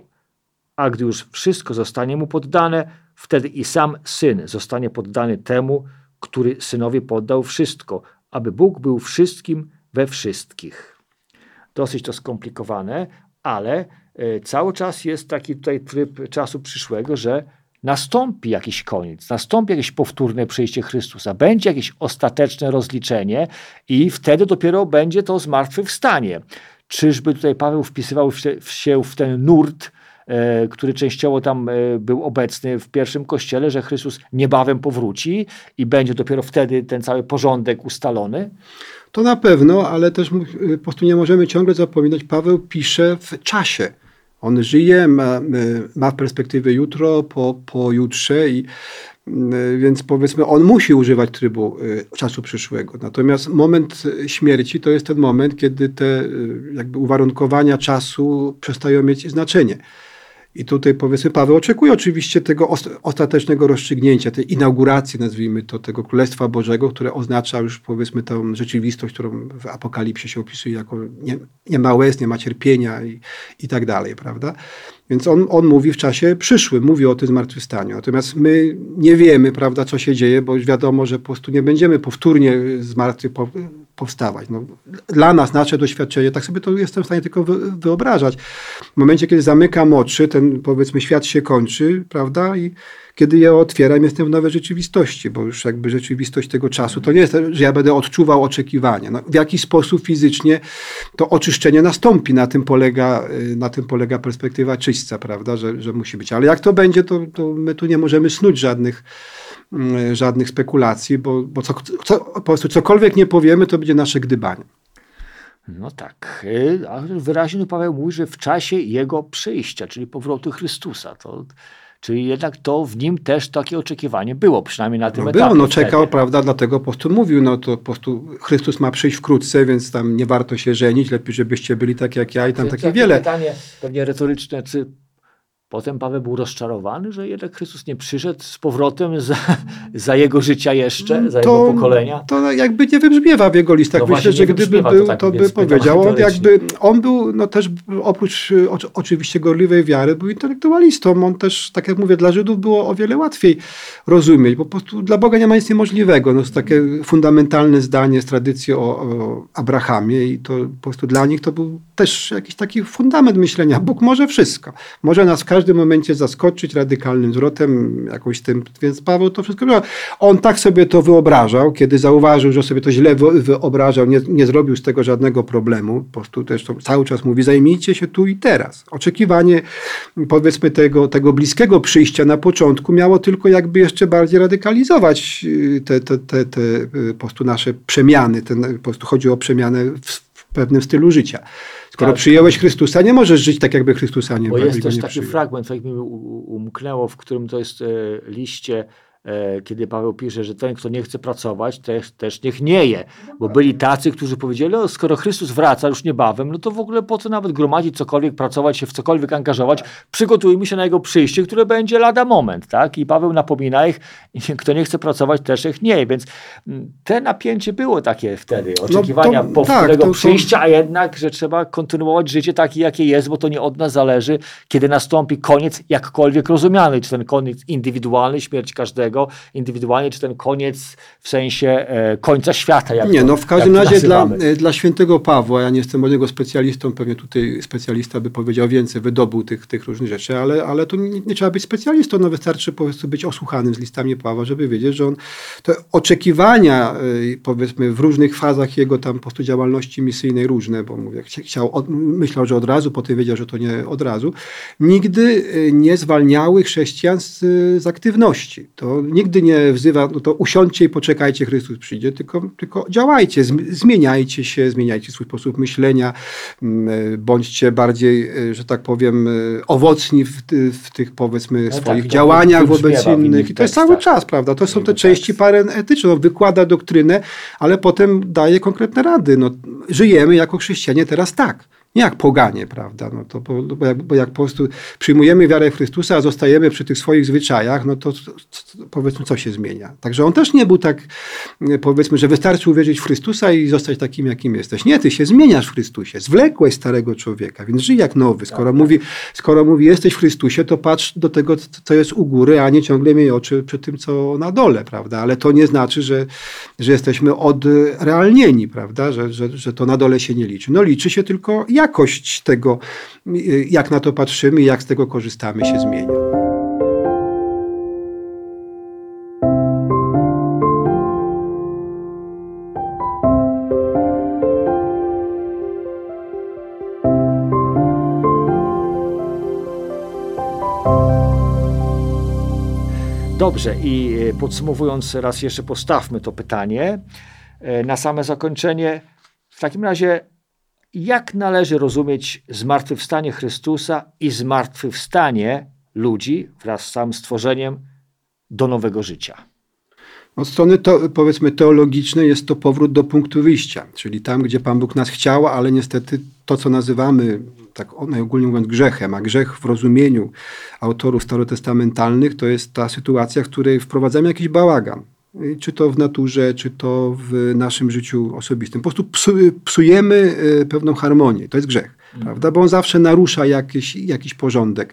A gdy już wszystko zostanie mu poddane, wtedy i sam Syn zostanie poddany temu, który Synowi poddał wszystko, aby Bóg był wszystkim we wszystkich. Dosyć to skomplikowane, ale y, cały czas jest taki tutaj tryb czasu przyszłego, że nastąpi jakiś koniec, nastąpi jakieś powtórne przyjście Chrystusa, będzie jakieś ostateczne rozliczenie i wtedy dopiero będzie to zmartwychwstanie. Czyżby tutaj Paweł wpisywał się w ten nurt, e, który częściowo tam e, był obecny w pierwszym kościele, że Chrystus niebawem powróci i będzie dopiero wtedy ten cały porządek ustalony? To na pewno, ale też po prostu nie możemy ciągle zapominać, Paweł pisze w czasie. On żyje, ma, ma perspektywę jutro, po, pojutrze, i, więc powiedzmy on musi używać trybu czasu przyszłego. Natomiast moment śmierci to jest ten moment, kiedy te jakby uwarunkowania czasu przestają mieć znaczenie. I tutaj powiedzmy Paweł oczekuje oczywiście tego ostatecznego rozstrzygnięcia, tej inauguracji, nazwijmy to, tego Królestwa Bożego, które oznacza już powiedzmy tę rzeczywistość, którą w Apokalipsie się opisuje jako nie, nie ma łez, nie ma cierpienia i, i tak dalej, prawda? Więc on, on mówi w czasie przyszłym, mówi o tym zmartwychwstaniu. Natomiast my nie wiemy, prawda, co się dzieje, bo już wiadomo, że po prostu nie będziemy powtórnie zmartwy powstawać. No, dla nas, nasze doświadczenie, tak sobie to jestem w stanie tylko wyobrażać. W momencie, kiedy zamykam oczy, ten powiedzmy świat się kończy, prawda, i kiedy je otwieram, jestem w nowej rzeczywistości, bo już jakby rzeczywistość tego czasu to nie jest, że ja będę odczuwał oczekiwania. No, w jaki sposób fizycznie to oczyszczenie nastąpi, na tym polega, na tym polega perspektywa czyśćca, prawda, że, że musi być. Ale jak to będzie, to, to my tu nie możemy snuć żadnych, żadnych spekulacji, bo, bo co, co, po prostu cokolwiek nie powiemy, to będzie nasze gdybanie. No tak, a wyraźnie Paweł mówi, że w czasie Jego przyjścia, czyli powrotu Chrystusa, to... Czyli jednak to w nim też takie oczekiwanie było, przynajmniej na tym no etapie. Było, no czekał, wtedy. Prawda, dlatego po prostu mówił, no to po prostu Chrystus ma przyjść wkrótce, więc tam nie warto się żenić, lepiej żebyście byli tak jak ja i tam takie wiele. Pytanie pewnie retoryczne, czy potem Paweł był rozczarowany, że jednak Chrystus nie przyszedł z powrotem za, za jego życia jeszcze, za to, jego pokolenia? To jakby nie wybrzmiewa w jego listach. No Myślę, że gdyby był, to, tak, to by powiedział. On, jakby, on był no też oprócz o, oczywiście gorliwej wiary, był intelektualistą. On też, tak jak mówię, dla Żydów było o wiele łatwiej rozumieć, bo po prostu dla Boga nie ma nic niemożliwego. No, to takie fundamentalne zdanie z tradycji o, o Abrahamie i to po prostu dla nich to był też jakiś taki fundament myślenia. Bóg może wszystko. Może nas w każdym momencie zaskoczyć radykalnym zwrotem, jakoś tym, więc Paweł to wszystko miał. On tak sobie to wyobrażał, kiedy zauważył, że sobie to źle wyobrażał, nie, nie zrobił z tego żadnego problemu. Po prostu też to cały czas mówi, zajmijcie się tu i teraz. Oczekiwanie powiedzmy tego, tego bliskiego przyjścia na początku miało tylko jakby jeszcze bardziej radykalizować te, te, te, te po prostu nasze przemiany. Ten, po prostu chodzi o przemianę w, w pewnym stylu życia. Skoro tak. przyjąłeś Chrystusa, nie możesz żyć tak, jakby Chrystusa nie Bo jest nie też taki przyjął. fragment, tak mi umknęło, w którym to jest e, liście, e, kiedy Paweł pisze, że ten, kto nie chce pracować, też, też niech nie je. Bo byli tacy, którzy powiedzieli, no, skoro Chrystus wraca już niebawem, no to w ogóle po co nawet gromadzić cokolwiek, pracować się w cokolwiek angażować, przygotujmy się na jego przyjście, które będzie lada moment. Tak? I Paweł napomina ich, kto nie chce pracować, też niech nie je. Więc te napięcie było takie wtedy, oczekiwania no to, powtórnego tak, to, przyjścia, to... a jednak, że trzeba kontynuować życie takie, jakie jest, bo to nie od nas zależy, kiedy nastąpi koniec jakkolwiek rozumiany, czy ten koniec indywidualny, śmierć każdego, indywidualnie, czy ten koniec w sensie e, końca świata. Jak nie, to, no w każdym razie dla, dla świętego Pawła, ja nie jestem od niego specjalistą, pewnie tutaj specjalista by powiedział więcej, wydobył tych, tych różnych rzeczy, ale, ale to nie, nie trzeba być specjalistą, no wystarczy po prostu być osłuchanym z listami Pawła, żeby wiedzieć, że on te oczekiwania powiedzmy w różnych fazach jego tam po prostu działalności misyjnej różne, bo mówię, chciał, od, myślał, że od razu, potem wiedział, że to nie od razu, nigdy nie zwalniały chrześcijan z, z aktywności. To On nigdy nie wzywa, no to usiądźcie i poczekajcie, Chrystus przyjdzie, tylko, tylko działajcie, zmieniajcie się, zmieniajcie swój sposób myślenia, bądźcie bardziej, że tak powiem, owocni w, w tych, powiedzmy, no swoich tak, działaniach wobec innych. W I to jest cały czas, prawda? To są te części parę etyczne. No, wykłada doktrynę, ale potem daje konkretne rady. No, żyjemy jako chrześcijanie teraz tak. Nie jak poganie, prawda? No to, bo, bo, jak, bo jak po prostu przyjmujemy wiarę w Chrystusa, a zostajemy przy tych swoich zwyczajach, no to, to, to powiedzmy, co się zmienia. Także on też nie był tak, powiedzmy, że wystarczy uwierzyć w Chrystusa i zostać takim, jakim jesteś. Nie, ty się zmieniasz w Chrystusie. Zwlekłeś starego człowieka, więc żyj jak nowy. Skoro, tak, mówi, skoro mówi, jesteś w Chrystusie, to patrz do tego, co jest u góry, a nie ciągle miej oczy przy tym, co na dole, prawda? Ale to nie znaczy, że, że jesteśmy odrealnieni, prawda? Że, że, że to na dole się nie liczy. No liczy się tylko ja. Jakość tego, jak na to patrzymy, jak z tego korzystamy, się zmienia. Dobrze, i podsumowując, raz jeszcze postawmy to pytanie na same zakończenie. W takim razie, jak należy rozumieć zmartwychwstanie Chrystusa i zmartwychwstanie ludzi wraz z samym stworzeniem do nowego życia? Od strony to, powiedzmy teologicznej jest to powrót do punktu wyjścia, czyli tam, gdzie Pan Bóg nas chciał, ale niestety to, co nazywamy, tak najogólniej mówiąc, grzechem, a grzech w rozumieniu autorów starotestamentalnych to jest ta sytuacja, w której wprowadzamy jakiś bałagan. Czy to w naturze, czy to w naszym życiu osobistym. Po prostu psujemy pewną harmonię. To jest grzech, mm. prawda? Bo on zawsze narusza jakiś, jakiś porządek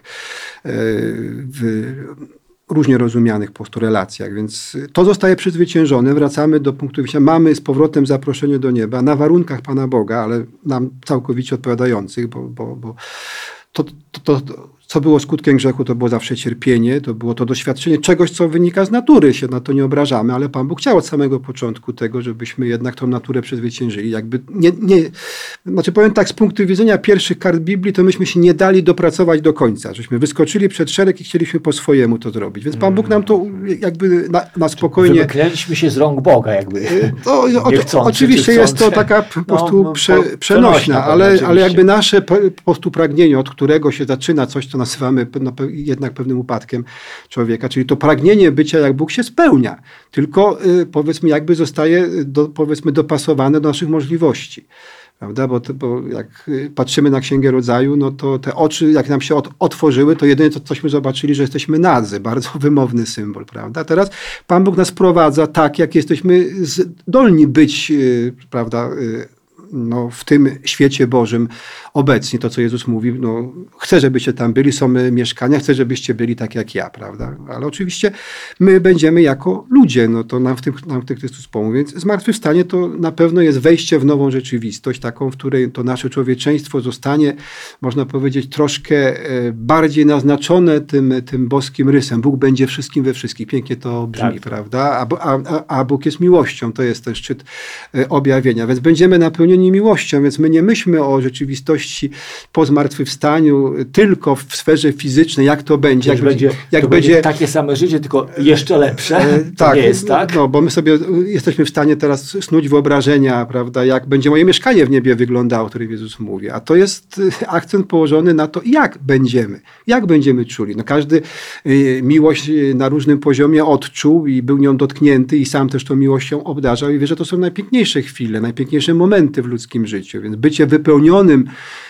w różnie rozumianych po prostu relacjach. Więc to zostaje przezwyciężone. Wracamy do punktu wyjścia. Mamy z powrotem zaproszenie do nieba na warunkach Pana Boga, ale nam całkowicie odpowiadających, bo, bo, bo to, to, to co było skutkiem grzechu, to było zawsze cierpienie, to było to doświadczenie czegoś, co wynika z natury, się na to nie obrażamy, ale Pan Bóg chciał od samego początku tego, żebyśmy jednak tą naturę przezwyciężyli. Jakby nie, nie, znaczy powiem tak, z punktu widzenia pierwszych kart Biblii, to myśmy się nie dali dopracować do końca, żeśmy wyskoczyli przed szereg i chcieliśmy po swojemu to zrobić. Więc Pan Bóg nam to jakby na, na spokojnie... Wymknęliśmy się z rąk Boga jakby. To, o, chcący, oczywiście jest to taka po prostu no, prze, przenośna, przenośna ale, ale jakby nasze po prostu pragnienie, od którego się zaczyna coś, co nazywamy no, jednak pewnym upadkiem człowieka, czyli to pragnienie bycia jak Bóg się spełnia, tylko y, powiedzmy jakby zostaje do, powiedzmy dopasowane do naszych możliwości. Prawda? Bo, to, bo jak patrzymy na Księgę Rodzaju, no to te oczy, jak nam się od, otworzyły, to jedynie to, cośmy zobaczyli, że jesteśmy nadzy. Bardzo wymowny symbol, prawda? Teraz Pan Bóg nas prowadza tak, jak jesteśmy zdolni być, y, prawda, y, no, w tym świecie Bożym obecni, to co Jezus mówi, no, chcę, żebyście tam byli, są mieszkania, chcę, żebyście byli tak jak ja, prawda? Ale oczywiście my będziemy jako ludzie, no to nam w tym, nam w tym Chrystus pomógł. Więc zmartwychwstanie to na pewno jest wejście w nową rzeczywistość, taką, w której to nasze człowieczeństwo zostanie, można powiedzieć, troszkę bardziej naznaczone tym, tym boskim rysem. Bóg będzie wszystkim we wszystkich. Pięknie to brzmi, tak, prawda? A, a, a Bóg jest miłością, to jest ten szczyt objawienia. Więc będziemy napełnieni miłością, więc my nie myślmy o rzeczywistości po zmartwychwstaniu tylko w sferze fizycznej, jak to będzie. Jak, będzie, jak to będzie, będzie takie same życie, tylko jeszcze lepsze. E, to tak, nie jest tak? No, bo my sobie jesteśmy w stanie teraz snuć wyobrażenia, prawda, jak będzie moje mieszkanie w niebie wyglądało, o którym Jezus mówi. A to jest akcent położony na to, jak będziemy, jak będziemy czuli. No, każdy y, miłość na różnym poziomie odczuł i był nią dotknięty i sam też tą miłością obdarzał i wie, że to są najpiękniejsze chwile, najpiękniejsze momenty w ludzkim życiu. Więc bycie wypełnionym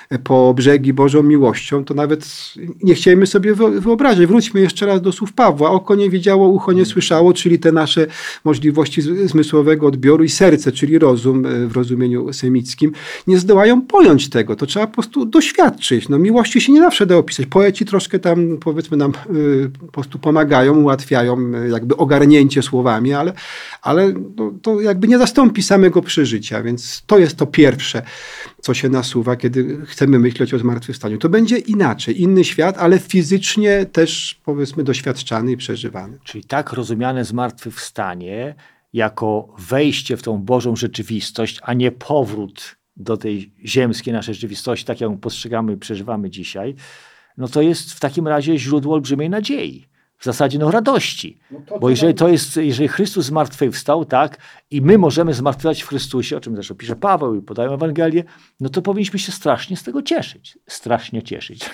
po brzegi Bożą miłością, to nawet nie chcielibyśmy sobie wyobrazić. Wróćmy jeszcze raz do słów Pawła. Oko nie widziało, ucho nie słyszało, czyli te nasze możliwości zmysłowego odbioru i serce, czyli rozum w rozumieniu semickim, nie zdołają pojąć tego. To trzeba po prostu doświadczyć. No, miłości się nie zawsze da opisać. Poeci troszkę tam, powiedzmy, nam y, po prostu pomagają, ułatwiają jakby ogarnięcie słowami, ale, ale no, to jakby nie zastąpi samego przeżycia, więc to jest to pierwsze, co się nasuwa, kiedy chcemy myśleć o zmartwychwstaniu. To będzie inaczej, inny świat, ale fizycznie też, powiedzmy, doświadczany i przeżywany. Czyli tak rozumiane zmartwychwstanie jako wejście w tą Bożą rzeczywistość, a nie powrót do tej ziemskiej naszej rzeczywistości, tak jak ją postrzegamy i przeżywamy dzisiaj, no to jest w takim razie źródło olbrzymiej nadziei. w zasadzie no, radości. No to, Bo jeżeli to jest, jeżeli Chrystus zmartwychwstał, tak, i my możemy zmartwychwstać w Chrystusie, o czym zresztą pisze Paweł i podają Ewangelię, no to powinniśmy się strasznie z tego cieszyć. Strasznie cieszyć.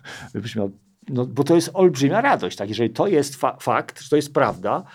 No, bo to jest olbrzymia radość. Tak? Jeżeli to jest fa- fakt, że to jest prawda,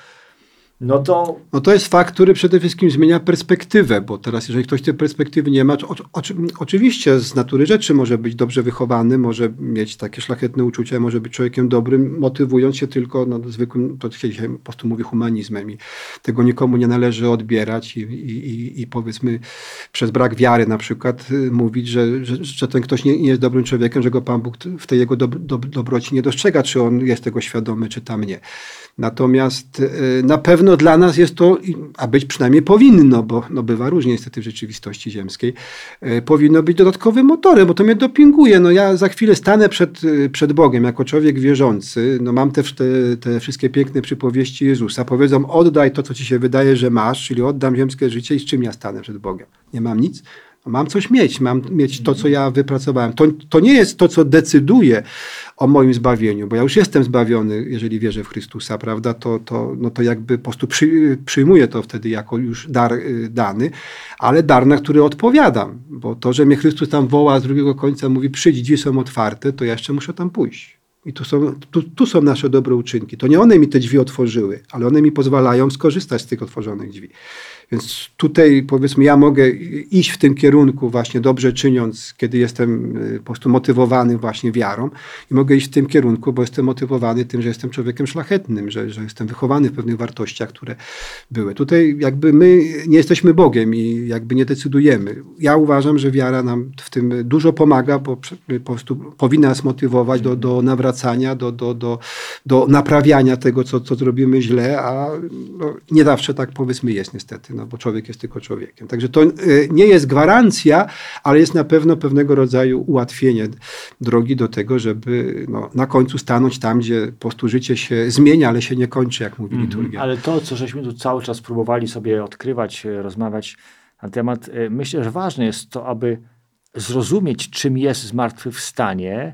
no to... No to jest fakt, który przede wszystkim zmienia perspektywę, bo teraz jeżeli ktoś tej perspektywy nie ma, o, o, oczywiście z natury rzeczy może być dobrze wychowany, może mieć takie szlachetne uczucia, może być człowiekiem dobrym, motywując się tylko no, zwykłym, to się po prostu mówi humanizmem i tego nikomu nie należy odbierać i, i, i powiedzmy przez brak wiary na przykład mówić, że, że, że ten ktoś nie, nie jest dobrym człowiekiem, że go Pan Bóg w tej jego dob, dob, dobroci nie dostrzega, czy on jest tego świadomy, czy tam nie. Natomiast na pewno dla nas jest to, a być przynajmniej powinno, bo no bywa różnie niestety w rzeczywistości ziemskiej, powinno być dodatkowym motorem, bo to mnie dopinguje. No ja za chwilę stanę przed, przed Bogiem jako człowiek wierzący, no mam te, te, te wszystkie piękne przypowieści Jezusa, powiedzą oddaj to, co ci się wydaje, że masz, czyli oddam ziemskie życie i z czym ja stanę przed Bogiem? Nie mam nic? No mam coś mieć, mam mieć to, co ja wypracowałem. To, to nie jest to, co decyduje o moim zbawieniu, bo ja już jestem zbawiony, jeżeli wierzę w Chrystusa, prawda, to, to, no to jakby po prostu przy, przyjmuję to wtedy jako już dar y, dany, ale dar, na który odpowiadam, bo to, że mnie Chrystus tam woła z drugiego końca, mówi przyjdź, drzwi są otwarte, to ja jeszcze muszę tam pójść. I tu są, tu, tu są nasze dobre uczynki. To nie one mi te drzwi otworzyły, ale one mi pozwalają skorzystać z tych otworzonych drzwi. Więc tutaj powiedzmy ja mogę iść w tym kierunku właśnie dobrze czyniąc, kiedy jestem po prostu motywowany właśnie wiarą i mogę iść w tym kierunku, bo jestem motywowany tym, że jestem człowiekiem szlachetnym, że, że jestem wychowany w pewnych wartościach, które były. Tutaj jakby my nie jesteśmy Bogiem i jakby nie decydujemy. Ja uważam, że wiara nam w tym dużo pomaga, bo po prostu powinna nas motywować do, do nawracania, do, do, do, do naprawiania tego, co, co zrobimy źle, a no, nie zawsze tak powiedzmy jest niestety. No bo człowiek jest tylko człowiekiem. Także to nie jest gwarancja, ale jest na pewno pewnego rodzaju ułatwienie drogi do tego, żeby no, na końcu stanąć tam, gdzie po prostu życie się zmienia, ale się nie kończy, jak mówi liturgia. Ale to, co żeśmy tu cały czas próbowali sobie odkrywać, rozmawiać na temat, myślę, że ważne jest to, aby zrozumieć, czym jest zmartwychwstanie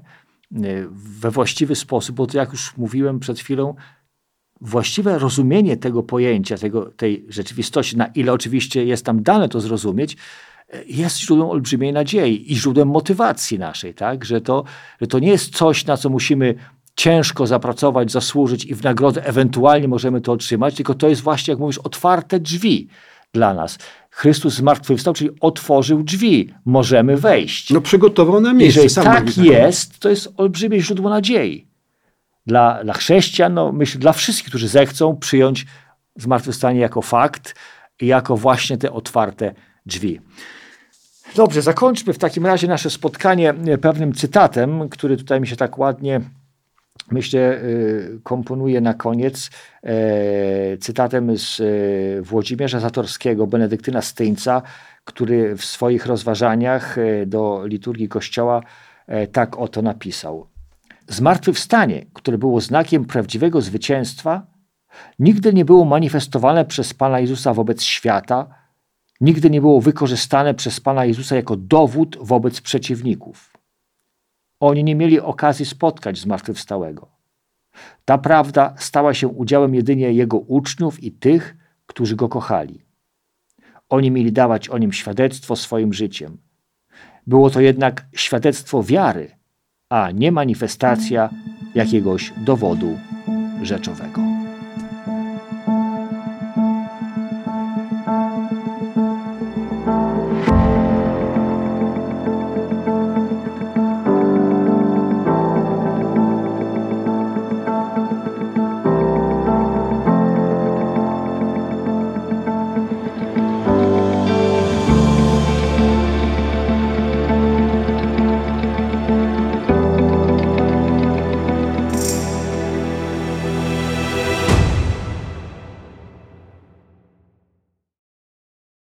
we właściwy sposób, bo to jak już mówiłem przed chwilą, właściwe rozumienie tego pojęcia, tego, tej rzeczywistości, na ile oczywiście jest tam dane to zrozumieć, jest źródłem olbrzymiej nadziei i źródłem motywacji naszej, tak? Że to, że to nie jest coś, na co musimy ciężko zapracować, zasłużyć i w nagrodę ewentualnie możemy to otrzymać, tylko to jest właśnie, jak mówisz, otwarte drzwi dla nas. Chrystus zmartwychwstał, czyli otworzył drzwi. Możemy wejść. No przygotował na miejsce. Jeżeli tak jest, to jest olbrzymie źródło nadziei. Dla, dla chrześcijan, no myślę, dla wszystkich, którzy zechcą przyjąć zmartwychwstanie jako fakt i jako właśnie te otwarte drzwi. Dobrze, zakończmy w takim razie nasze spotkanie pewnym cytatem, który tutaj mi się tak ładnie, myślę, komponuje na koniec. Cytatem z Włodzimierza Zatorskiego, benedyktyna Styńca, który w swoich rozważaniach do liturgii Kościoła tak oto napisał. Zmartwychwstanie, które było znakiem prawdziwego zwycięstwa, nigdy nie było manifestowane przez Pana Jezusa wobec świata, nigdy nie było wykorzystane przez Pana Jezusa jako dowód wobec przeciwników. Oni nie mieli okazji spotkać zmartwychwstałego. Ta prawda stała się udziałem jedynie Jego uczniów i tych, którzy Go kochali. Oni mieli dawać o Nim świadectwo swoim życiem. Było to jednak świadectwo wiary, a nie manifestacja jakiegoś dowodu rzeczowego.